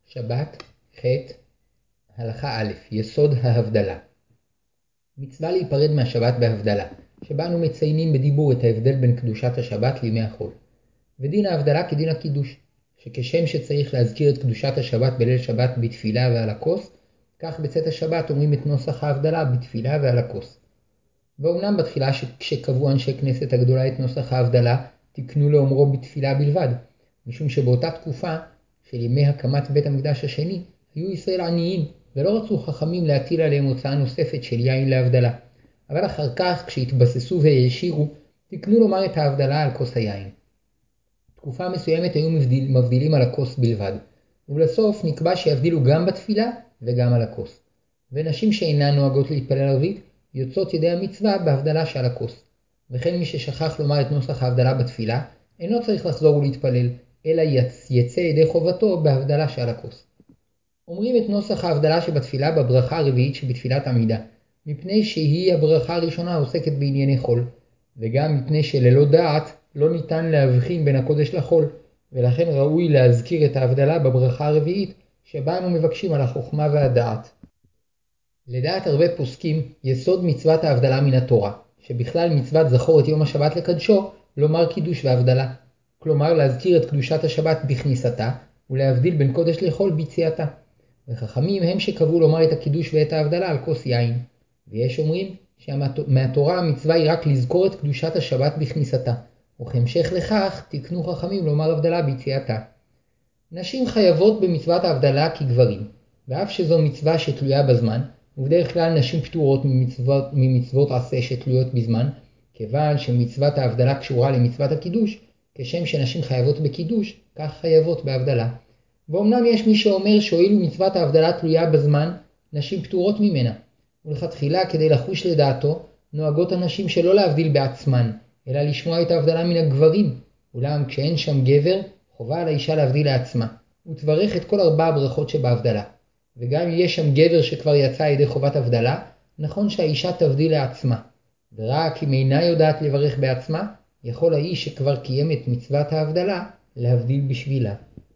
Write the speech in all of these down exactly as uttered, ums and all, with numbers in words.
שבת, ח', הלכה א', יסוד ההבדלה. מצווה להיפרד מהשבת בהבדלה, שבה אנו מציינים בדיבור את ההבדל בין קדושת השבת לימי החול. ודין ההבדלה כדין הקידוש, שכשם שצריך להזכיר את קדושת השבת בליל שבת בתפילה ועל הכוס, כך בצאת השבת אומרים את נוסח ההבדלה בתפילה ועל הכוס. ואומנם בתחילה כשקבעו אנשי כנסת הגדולה את נוסח ההבדלה, תקנו לאומרו בתפילה בלבד, משום שבאותה תקופה של ימי הקמת בית המקדש השני, היו ישראל עניים, ולא רצו חכמים להטיל עליהם הוצאה נוספת של יין להבדלה. אבל אחר כך, כשהתבססו והעשירו, תקנו לומר את ההבדלה על כוס היין. תקופה מסוימת היו מבדיל, מבדילים על הכוס בלבד, ולסוף נקבע שיבדילו גם בתפילה וגם על הכוס. ונשים שאינן נוהגות להתפלל ערבית, יוצאות ידי המצווה בהבדלה שעל הכוס. וכן מי ששכח לומר את נוסח ההבדלה בתפילה, אינו צריך לחזור ולהתפלל, אלא יצא ידי חובתו בהבדלה שעל הכוס. אומרים את נוסח ההבדלה שבתפילה בברכה הרביעית שבתפילת עמידה, מפני שהיא הברכה הראשונה העוסקת בענייני חול, וגם מפני שללא דעת לא ניתן להבחין בין הקודש לחול, ולכן ראוי להזכיר את ההבדלה בברכה הרביעית, שבה אנו מבקשים על החוכמה והדעת. לדעת הרבה פוסקים, יסוד מצוות ההבדלה מן התורה, שבכלל מצוות זכור את יום השבת לקדשו, לומר קידוש והבדלה. כלומר להזכיר את קדושת השבת בכניסתה, ולהבדיל בין קודש לחול ביציאתה. וחכמים הם שקבעו לומר את הקידוש ואת ההבדלה על כוס יין. ויש אומרים שמהתורה המצווה היא רק לזכור את קדושת השבת בכניסתה, וכהמשך לכך תקנו חכמים לומר הבדלה ביציאתה. נשים חייבות במצוות ההבדלה כגברים, ואף שזו מצווה שתלויה בזמן, ובדרך כלל נשים פטורות ממצוות, ממצוות עשה שתלויות בזמן, כיוון שמצוות ההבדלה קשורה למצוות הקידוש, כשם שנשים חייבות בקידוש, כך חייבות בהבדלה. ואומנם יש מי שאומר שהואיל ומצוות ההבדלה תלויה בזמן, נשים פטורות ממנה. ולכתחילה כדי לחוש לדעתו, נוהגות הנשים שלא להבדיל בעצמן, אלא לשמוע את ההבדלה מן הגברים. אולם כשאין שם גבר, חובה על האישה להבדיל לעצמה, ותברך את כל ארבע הברכות שבהבדלה. וגם אם יש שם גבר שכבר יצא ידי חובת הבדלה, נכון שהאישה תבדיל לעצמה. ורק אם אינה יודעת לברך בעצמה, יכול האיש שכבר קיים את מצוות ההבדלה להבדיל בשבילה.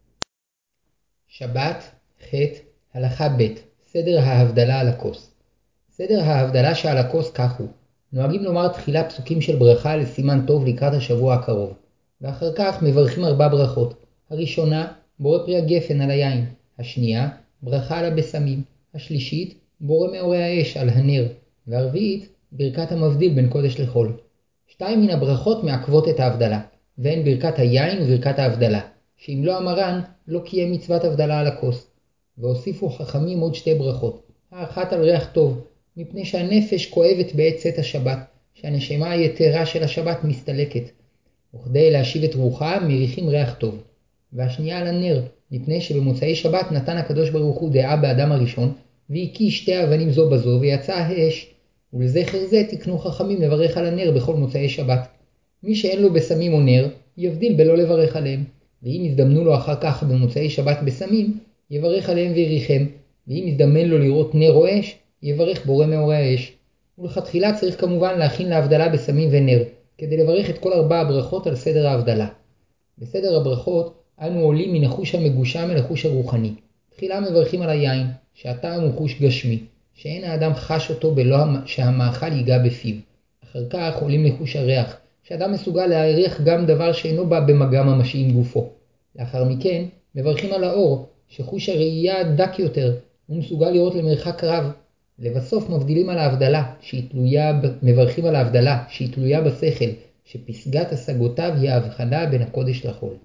שבת, ח', הלכה ב', סדר ההבדלה על הכוס. סדר ההבדלה שעל הכוס כך הוא. נוהגים לומר תחילה פסוקים של ברכה לסימן טוב לקראת השבוע הקרוב, ואחר כך מברכים ארבע ברכות. הראשונה, בורא פרי הגפן על היין. השנייה, ברכה על הבשמים. השלישית, בורא מאורי האש על הנר. והרביעית, ברכת המבדיל בין קודש לחול. שתיים מן הברכות מעכבות את ההבדלה, והן ברכת היין וברכת ההבדלה, שאם לא אמרן, לא קיים מצוות הבדלה על הכוס. והוסיפו חכמים עוד שתי ברכות, האחת על ריח טוב, מפני שהנפש כואבת בעת צאת השבת, שהנשמה היתרה של השבת מסתלקת, וכדי להשיב את רוחה מריחים ריח טוב. והשנייה על הנר, מפני שבמוצאי שבת נתן הקדוש ברוך הוא דעה באדם הראשון, והקיש שתי אבנים זו בזו ויצא האש. ולזכר זה תקנו חכמים לברך על הנר בכל מוצאי שבת. מי שאין לו בשמים או נר, יבדיל בלא לברך עליהם. ואם יזדמנו לו אחר כך במוצאי שבת בשמים, יברך עליהם ויריחם. ואם יזדמן לו לראות נר או אש, יברך בורא מאורי האש. ולכתחילה צריך כמובן להכין להבדלה בשמים ונר, כדי לברך את כל ארבע הברכות על סדר ההבדלה. בסדר הברכות, אנו עולים מן החוש המגושם אל החוש הרוחני. תחילה מברכים על היין, שהטעם הוא חוש גשמי, שאין האדם חש אותו בלא שהמאכל ייגע בפיו. אחר כך עולים לחוש הריח, שאדם מסוגל להעריך גם דבר שאינו בא במגע ממשי עם גופו. לאחר מכן מברכים על האור, שחוש הראייה דק יותר, הוא מסוגל לראות למרחק רב. לבסוף מבדילים על ההבדלה, שהיא תלויה, מברכים על ההבדלה, שהיא תלויה בשכל, שפסגת השגותיו היא ההבחנה בין הקודש לחול.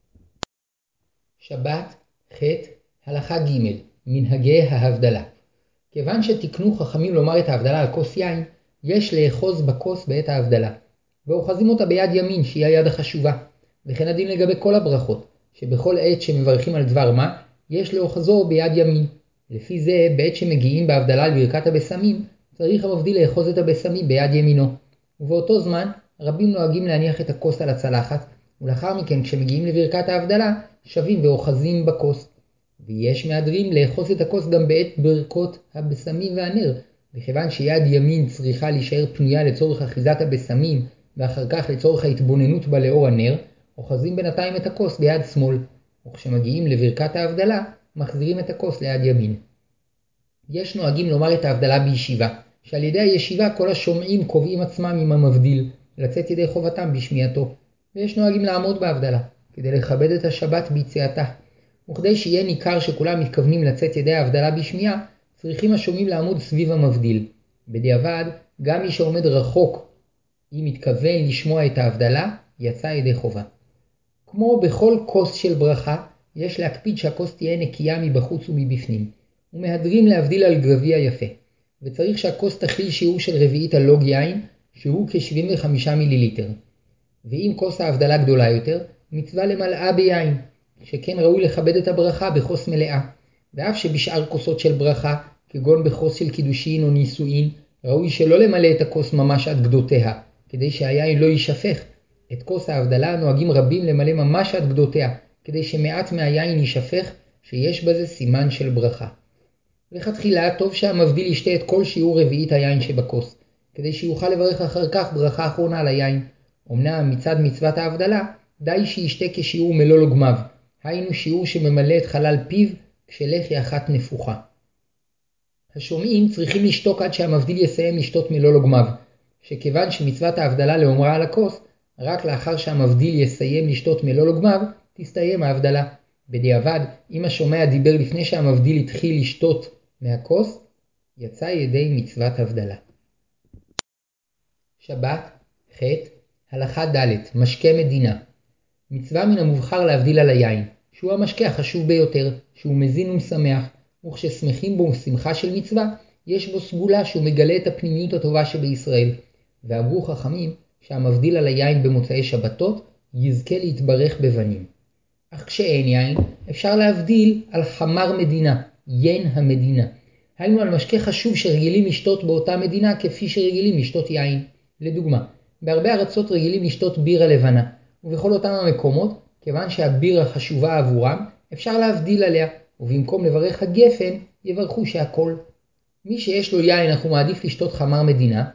שבת, ח', הלכה ג', מנהגי ההבדלה. כיוון שתקנו חכמים לומר את ההבדלה על כוס יין, יש לאחוז בכוס בעת ההבדלה, ואוחזים אותה ביד ימין שהיא היד החשובה. וכן הדין לגבי כל הברכות, שבכל עת שמברכים על דבר מה, יש לאוחזו ביד ימין. לפי זה, בעת שמגיעים בהבדלה לברכת הבשמים, צריך המבדיל לאחוז את הבשמים ביד ימינו. ובאותו זמן, רבים נוהגים להניח את הכוס על הצלחת, ולאחר מכן כשמגיעים לברכת ההבדלה, שווים ואוחזים בכוס. ויש מהדרים לאחוז את הכוס גם בעת ברכות הבשמים והנר, וכיוון שיד ימין צריכה להישאר פנויה לצורך אחיזת הבשמים, ואחר כך לצורך ההתבוננות בה לאור הנר, אוחזים בינתיים את הכוס ביד שמאל. וכשמגיעים לברכת ההבדלה, מחזירים את הכוס ליד ימין. יש נוהגים לומר את ההבדלה בישיבה, שעל ידי הישיבה כל השומעים קובעים עצמם עם המבדיל, לצאת ידי חובתם בשמיעתו. ויש נוהגים לעמוד בהבדלה, כדי לכבד את השבת ביציאתה. וכדי שיהיה ניכר שכולם מתכוונים לצאת ידי ההבדלה בשמיעה, צריכים השומעים לעמוד סביב המבדיל. בדיעבד, גם מי שעומד רחוק, אם מתכוון לשמוע את ההבדלה, יצא ידי חובה. כמו בכל כוס של ברכה, יש להקפיד שהכוס תהיה נקייה מבחוץ ומבפנים, ומהדרים להבדיל על גביע יפה. וצריך שהכוס תכיל שיעור של רביעית הלוג יין, שהוא כ-שבעים וחמישה מיליליטר. ואם כוס ההבדלה גדולה יותר, מצווה למלאה ביין, שכן ראוי לכבד את הברכה בכוס מלאה. ואף שבשאר כוסות של ברכה, כגון בכוס של קידושין או נישואין, ראוי שלא למלא את הכוס ממש עד גדותיה, כדי שהיין לא יישפך. את כוס ההבדלה נוהגים רבים למלא ממש עד גדותיה, כדי שמעט מהיין יישפך, שיש בזה סימן של ברכה. לכתחילה טוב שהמבדיל ישתה את כל שיעור רביעית היין שבכוס, כדי שיוכל לברך אחר כך ברכה אחרונה על היין. אמנם מצד מצוות ההבדלה, די שישתה כשיעור מלוא לוגמיו, היינו שיעור שממלא את חלל פיו כשלחי אחת נפוחה. השומעים צריכים לשתוק עד שהמבדיל יסיים לשתות מלוא לוגמיו, שכיוון שמצוות ההבדלה לאומרה על הכוס, רק לאחר שהמבדיל יסיים לשתות מלוא לוגמיו, תסתיים ההבדלה. בדיעבד, אם השומע דיבר לפני שהמבדיל התחיל לשתות מהכוס, יצא ידי מצוות הבדלה. שבת, ח' הלכה ד' משקה מדינה. מצווה מן המובחר להבדיל על היין, שהוא המשקה החשוב ביותר, שהוא מזין ומשמח, וכששמחים בו שמחה של מצווה, יש בו סגולה שהוא מגלה את הפנימיות הטובה שבישראל. ואמרו חכמים שהמבדיל על היין במוצאי שבתות יזכה להתברך בבנים. אך כשאין יין, אפשר להבדיל על חמר מדינה, יין המדינה. היינו על משקה חשוב שרגילים לשתות באותה מדינה כפי שרגילים לשתות יין. לדוגמה, בהרבה ארצות רגילים לשתות בירה לבנה, ובכל אותם המקומות, כיוון שהבירה חשובה עבורם, אפשר להבדיל עליה, ובמקום לברך הגפן, יברכו שהכל. מי שיש לו יין אך הוא מעדיף לשתות חמר מדינה,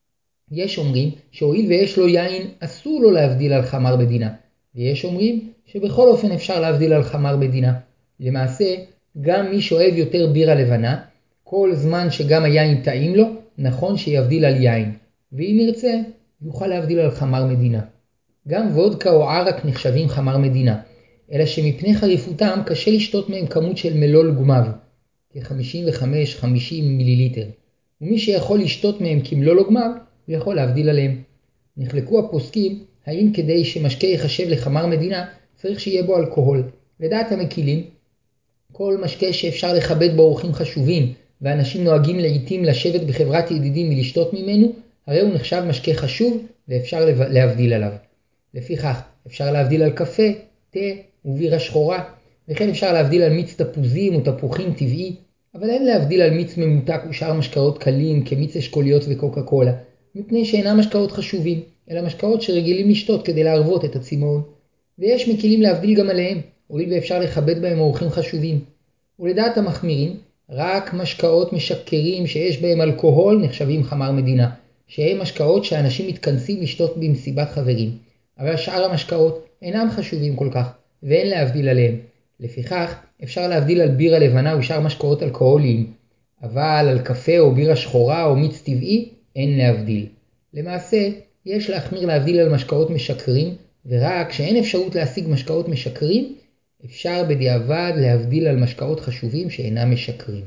יש אומרים שהואיל ויש לו יין אסור לו להבדיל על חמר מדינה, ויש אומרים שבכל אופן אפשר להבדיל על חמר מדינה. למעשה, גם מי שאוהב יותר בירה לבנה, כל זמן שגם היין טעים לו, נכון שיבדיל על יין, ואם ירצה, יוכל להבדיל על חמר מדינה. גם וודקה או ערק נחשבים חמר מדינה, אלא שמפני חריפותם קשה לשתות מהם כמות של מלוא לוגמיו, כ-חמישים וחמש חמישים מיליליטר, ומי שיכול לשתות מהם כמלוא לוגמיו, הוא יכול להבדיל עליהם. נחלקו הפוסקים, האם כדי שמשקה יחשב לחמר מדינה, צריך שיהיה בו אלכוהול. לדעת המקילים, כל משקה שאפשר לכבד בו אורחים חשובים, ואנשים נוהגים לעתים לשבת בחברת ידידים ולשתות ממנו, הרי הוא נחשב משקה חשוב ואפשר להבדיל עליו. לפיכך, אפשר להבדיל על קפה, תה ובירה שחורה, וכן אפשר להבדיל על מיץ תפוזים או תפוחים טבעי, אבל אין להבדיל על מיץ ממותק ושאר משקאות קלים כמיץ אשכוליות וקוקה קולה, מפני שאינם משקאות חשובים, אלא משקאות שרגילים לשתות כדי להרוות את הצמאון. ויש מקילים להבדיל גם עליהם, הואיל ואפשר לכבד בהם אורחים חשובים. ולדעת המחמירים, רק משקאות משכרים שיש בהם אלכוהול נחשבים חמר מדינה, שהם משקאות שאנשים מתכנסים לשתות במסיבת חברים. אבל שאר המשקאות אינם חשובים כל כך, ואין להבדיל עליהם. לפיכך, אפשר להבדיל על בירה לבנה ושאר משקאות אלכוהוליים, אבל על קפה או בירה שחורה או מיץ טבעי אין להבדיל. למעשה, יש להחמיר להבדיל על משקאות משכרים, ורק כשאין אפשרות להשיג משקאות משכרים, אפשר בדיעבד להבדיל על משקאות חשובים שאינם משכרים.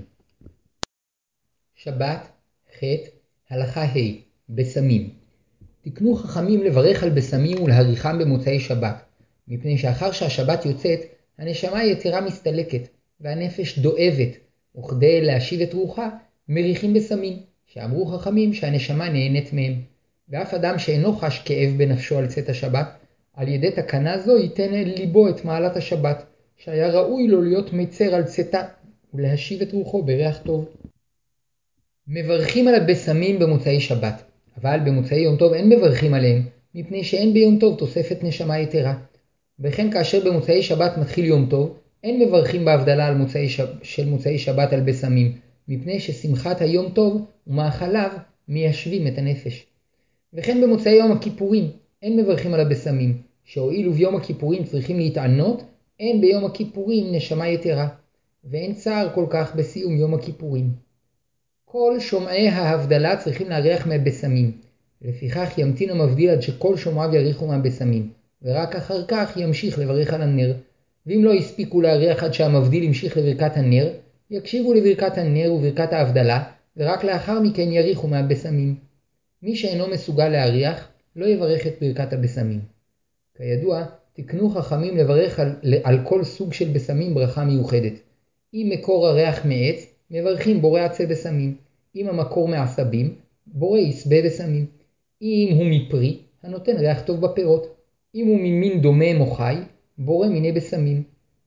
שבת, ח' הלכה ה' בסמים. תקנו חכמים לברך על בסמים ולהריחם במוצאי שבת, מפני שאחר שהשבת יוצאת, הנשמה היתרה מסתלקת, והנפש דואבת, וכדי להשיב את רוחה, מריחים בסמים, שאמרו חכמים שהנשמה נהנית מהם. ואף אדם שאינו חש כאב בנפשו על צאת השבת, על ידי תקנה זו ייתן אל ליבו את מעלת השבת, שהיה ראוי לו להיות מצר על צאתה, ולהשיב את רוחו בריח טוב. מברכים על הבשמים במוצאי שבת, אבל במוצאי יום טוב אין מברכים עליהם, מפני שאין ביום טוב תוספת נשמה יתרה. וכן כאשר במוצאי שבת מתחיל יום טוב, אין מברכים בהבדלה על מוצאי ש... של מוצאי שבת על בשמים, מפני ששמחת היום טוב ומאכליו מיישבים את הנפש. וכן במוצאי יום הכיפורים אין מברכים על הבשמים, שהואיל וביום הכיפורים צריכים להתענות, אין ביום הכיפורים נשמה יתרה. ואין צער כל כך בסיום יום הכיפורים. כל שומעי ההבדלה צריכים להריח מהבשמים, לפיכך ימתין המבדיל עד שכל שומעיו יריחו מהבשמים, ורק אחר כך ימשיך לברך על הנר. ואם לא הספיקו להריח עד שהמבדיל ימשיך לברכת הנר, יקשיבו לברכת הנר וברכת ההבדלה, ורק לאחר מכן יריחו מהבשמים. מי שאינו מסוגל להריח, לא יברך את ברכת הבשמים. כידוע, תקנו חכמים לברך על, על כל סוג של בשמים ברכה מיוחדת. אם מקור הריח מעץ, מברכים בורא עצי בשמים. אם המקור מעשבים, בורא יסבה בשמים. אם הוא מפרי, הנותן ריח טוב בפירות. אם הוא ממין דומם או חי, בורא מיני בשמים.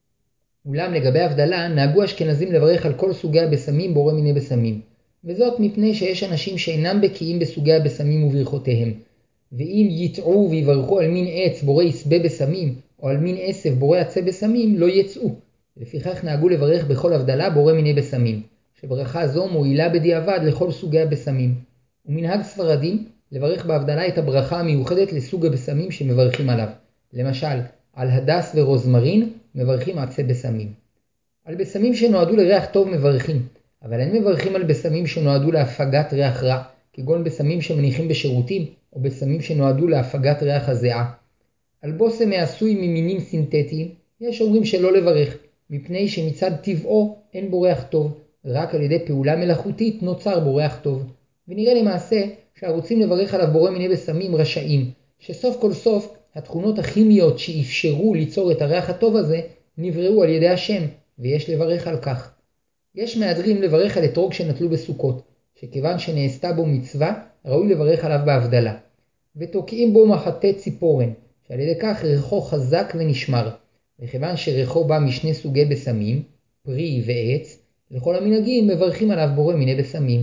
אולם לגבי הבדלה, נהגו אשכנזים לברך על כל סוגי הבשמים בורא מיני בשמים. וזאת מפני שיש אנשים שאינם בקיאים בסוגי הבשמים וברכותיהם. ואם יטעו ויברכו על מין עץ בורא יסבה בשמים, או על מין עשב בורא עצי בשמים, לא יצאו. לפיכך נהגו לברך בכל הבדלה בורא מיני בשמים, שברכה זו מועילה בדיעבד לכל סוגי הבשמים. ומנהג ספרדים לברך בהבדלה את הברכה המיוחדת לסוג הבשמים שמברכים עליו. למשל, על הדס ורוזמרין מברכים עצי בשמים. על בשמים שנועדו לריח טוב מברכים, אבל אין מברכים על בשמים שנועדו להפגת ריח רע, כגון בשמים שמניחים בשירותים, או בשמים שנועדו להפגת ריח הזיעה. על בושם העשוי ממינים סינתטיים, יש אומרים שלא לברך, מפני שמצד טבעו אין בו ריח טוב, רק על ידי פעולה מלאכותית נוצר בו ריח טוב. ונראה למעשה שהרוצים לברך עליו בורא מיני בשמים רשעים, שסוף כל סוף התכונות הכימיות שאפשרו ליצור את הריח הטוב הזה, נבראו על ידי השם, ויש לברך על כך. יש מהדרים לברך על אתרוג שנטלו בסוכות, שכיוון שנעשתה בו מצווה, ראוי לברך עליו בהבדלה. ותוקעים בו מחטי ציפורן, שעל ידי כך ריחו חזק ונשמר, וכיוון שריחו בא משני סוגי בשמים, פרי ועץ, לכל המנהגים מברכים עליו בורא מיני בשמים.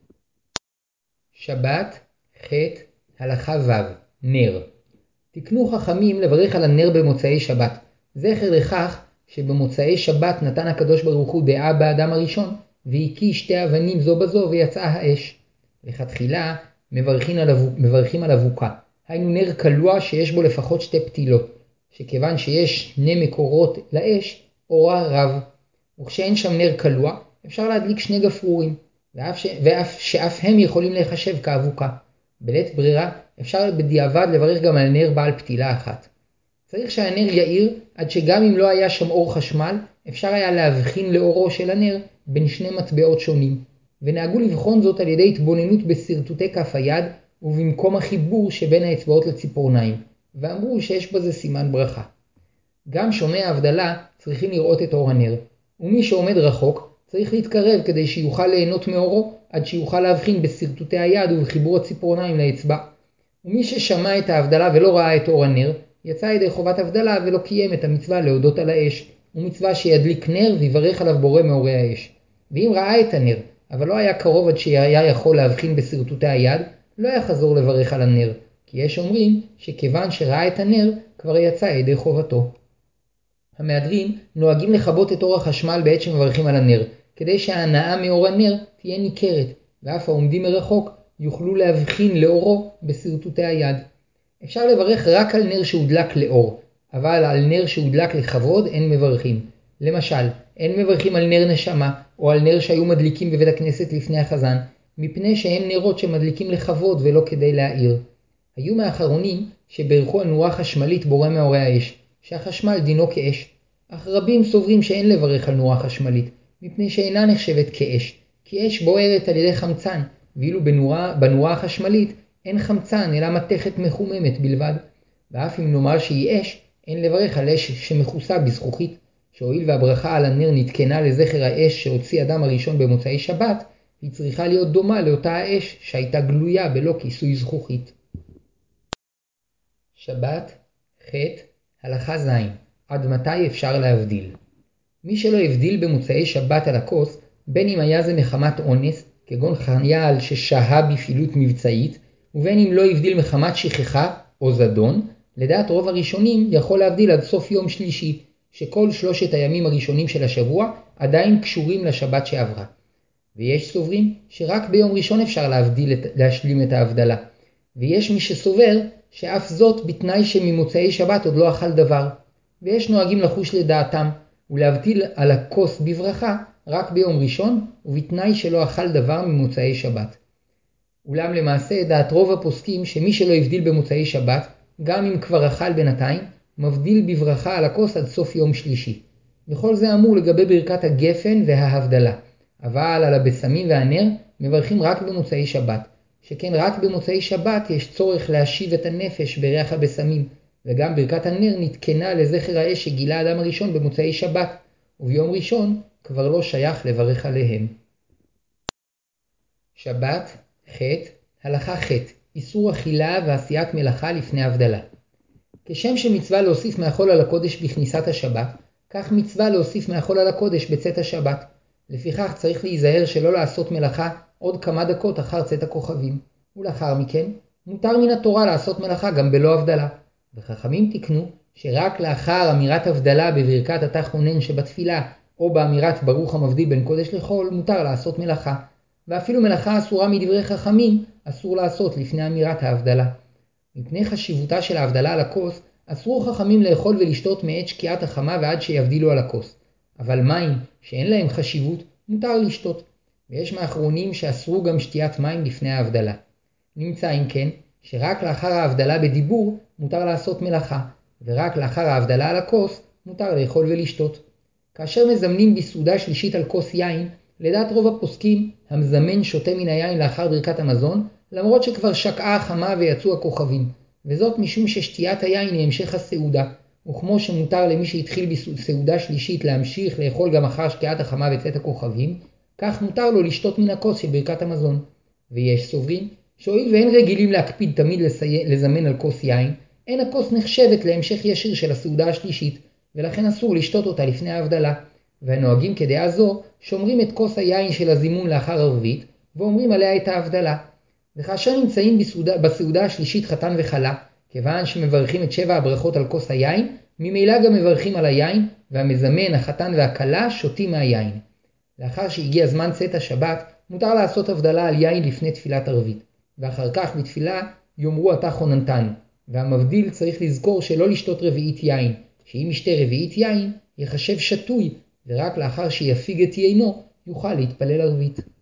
שבת, ח', הלכה ו', נר. תקנו חכמים לברך על הנר במוצאי שבת, זכר לכך שבמוצאי שבת נתן הקדוש ברוך הוא דעה באדם הראשון, והקיא שתי אבנים זו בזו ויצאה האש. לכתחילה מברכים על, אבוק, מברכים על אבוקה, היינו נר קלוע שיש בו לפחות שתי פתילות, שכיוון שיש שני מקורות לאש, אורה רב. וכשאין שם נר קלוע, אפשר להדליק שני גפרורים, ואף, ש... ואף שאף הם יכולים להיחשב כאבוקה. בלית ברירה, אפשר בדיעבד לברך גם על נר בעל פתילה אחת. צריך שהנר יאיר עד שגם אם לא היה שם אור חשמל, אפשר היה להבחין לאורו של הנר בין שני מטבעות שונים. ונהגו לבחון זאת על ידי התבוננות בסרטוטי כף היד ובמקום החיבור שבין האצבעות לציפורניים, ואמרו שיש בזה סימן ברכה. גם שומעי ההבדלה צריכים לראות את אור הנר, ומי שעומד רחוק צריך להתקרב כדי שיוכל ליהנות מאורו עד שיוכל להבחין בסרטוטי היד ובחיבור הציפורניים לאצבע. ומי ששמע את ההבדלה ולא ראה את אור הנר, יצא ידי חובת הבדלה ולא קיים את המצווה להודות על האש, ומצווה שידליק נר ויברך עליו בורא מאורי האש. ואם ראה את הנר, אבל לא היה קרוב עד שהיה יכול להבחין בסרטוטי היד, לא יחזור לברך על הנר, כי יש אומרים שכיוון שראה את הנר, כבר יצא ידי חובתו. המהדרים נוהגים לכבות את אור החשמל בעת שמברכים על הנר, כדי שההנאה מאור הנר תהיה ניכרת, ואף העומדים מרחוק יוכלו להבחין לאורו בסרטוטי היד. אפשר לברך רק על נר שהודלק לאור, אבל על נר שהודלק לכבוד אין מברכים. למשל, אין מברכים על נר נשמה, או על נר שהיו מדליקים בבית הכנסת לפני החזן, מפני שהם נרות שמדליקים לכבוד ולא כדי להאיר. היו מאחרונים שברכו על נורה חשמלית בורא מאורי האש, שהחשמל דינו כאש, אך רבים סוברים שאין לברך על נורה חשמלית, מפני שאינה נחשבת כאש, כי אש בוערת על ידי חמצן, ואילו בנורה, בנורה החשמלית אין חמצן אלא מתכת מחוממת בלבד. ואף אם נאמר שהיא אש, אין לברך על אש שמכוסה בזכוכית, שהואיל והברכה על הנר נתקנה לזכר האש שהוציא אדם הראשון במוצאי שבת, היא צריכה להיות דומה לאותה האש שהייתה גלויה בלא כיסוי זכוכית. שבת, ח', הלכה ז', עד מתי אפשר להבדיל? מי שלא הבדיל במוצאי שבת על הכוס, בין אם היה זה מחמת אונס, כגון חייל ששהה בפעילות מבצעית, ובין אם לא הבדיל מחמת שכחה או זדון, לדעת רוב הראשונים יכול להבדיל עד סוף יום שלישי, שכל שלושת הימים הראשונים של השבוע עדיין קשורים לשבת שעברה. ויש סוברים שרק ביום ראשון אפשר להבדיל, להשלים את ההבדלה. ויש מי שסובר שאף זאת בתנאי שממוצאי שבת עוד לא אכל דבר. ויש נוהגים לחוש לדעתם, ולהבדיל על הכוס בברכה רק ביום ראשון ובתנאי שלא אכל דבר ממוצאי שבת. אולם למעשה דעת רוב הפוסקים שמי שלא הבדיל במוצאי שבת, גם אם כבר אכל בינתיים, מבדיל בברכה על הכוס עד סוף יום שלישי. וכל זה אמור לגבי ברכת הגפן וההבדלה. אבל על הבשמים והנר מברכים רק במוצאי שבת. שכן רק במוצאי שבת יש צורך להשיב את הנפש בריח הבשמים, וגם ברכת הנר נתקנה לזכר האש שגילה האדם הראשון במוצאי שבת, וביום ראשון כבר לא שייך לברך עליהם. שבת, ח', הלכה ח', איסור אכילה ועשיית מלאכה לפני הבדלה. כשם שמצווה להוסיף מאכול על הקודש בכניסת השבת, כך מצווה להוסיף מאכול על הקודש בצאת השבת. לפיכך צריך להיזהר שלא לעשות מלאכה עוד כמה דקות אחר צאת הכוכבים. ולאחר מכן, מותר מן התורה לעשות מלאכה גם בלא הבדלה. וחכמים תקנו שרק לאחר אמירת הבדלה בברכת אתה חונן שבתפילה, או באמירת ברוך המבדיל בין קודש לחול, מותר לעשות מלאכה. ואפילו מלאכה אסורה מדברי חכמים, אסור לעשות לפני אמירת ההבדלה. מפני חשיבותה של ההבדלה על הכוס, אסרו חכמים לאכול ולשתות מעת שקיעת החמה ועד שיבדילו על הכוס. אבל מים שאין להם חשיבות, מותר לשתות. ויש מאחרונים שאסרו גם שתיית מים לפני ההבדלה. נמצא אם כן, שרק לאחר ההבדלה בדיבור מותר לעשות מלאכה, ורק לאחר ההבדלה על הכוס מותר לאכול ולשתות. כאשר מזמנים בסעודה שלישית על כוס יין, לדעת רוב הפוסקים, המזמן שותה מן היין לאחר ברכת המזון, למרות שכבר שקעה החמה ויצאו הכוכבים, וזאת משום ששתיית היין היא המשך הסעודה, וכמו שמותר למי שהתחיל בסעודה שלישית להמשיך לאכול גם אחר שקיעת החמה וצאת הכוכבים, כך מותר לו לשתות מן הכוס של ברכת המזון. ויש סוברים שהואיל ואין רגילים להקפיד תמיד לסי... לזמן על כוס יין, אין הכוס נחשבת להמשך ישיר של הסעודה השלישית, ולכן אסור לשתות אותה לפני ההבדלה. והנוהגים כדעה זו שומרים את כוס היין של הזימון לאחר הרביעית, ואומרים עליה את ההבדלה. וכאשר נמצאים בסעודה, בסעודה השלישית חתן וחלה, כיוון שמברכים את שבע הברכות על כוס היין, ממילא גם מברכים על היין, והמזמן, החתן והכלה שותים מהיין. לאחר שהגיע זמן צאת השבת, מותר לעשות הבדלה על יין לפני תפילת ערבית, ואחר כך בתפילה יאמרו אתה חוננתנו, והמבדיל צריך לזכור שלא לשתות רביעית יין, שאם ישתה רביעית יין יחשב שתוי, ורק לאחר שיפיג את יינו יוכל להתפלל ערבית.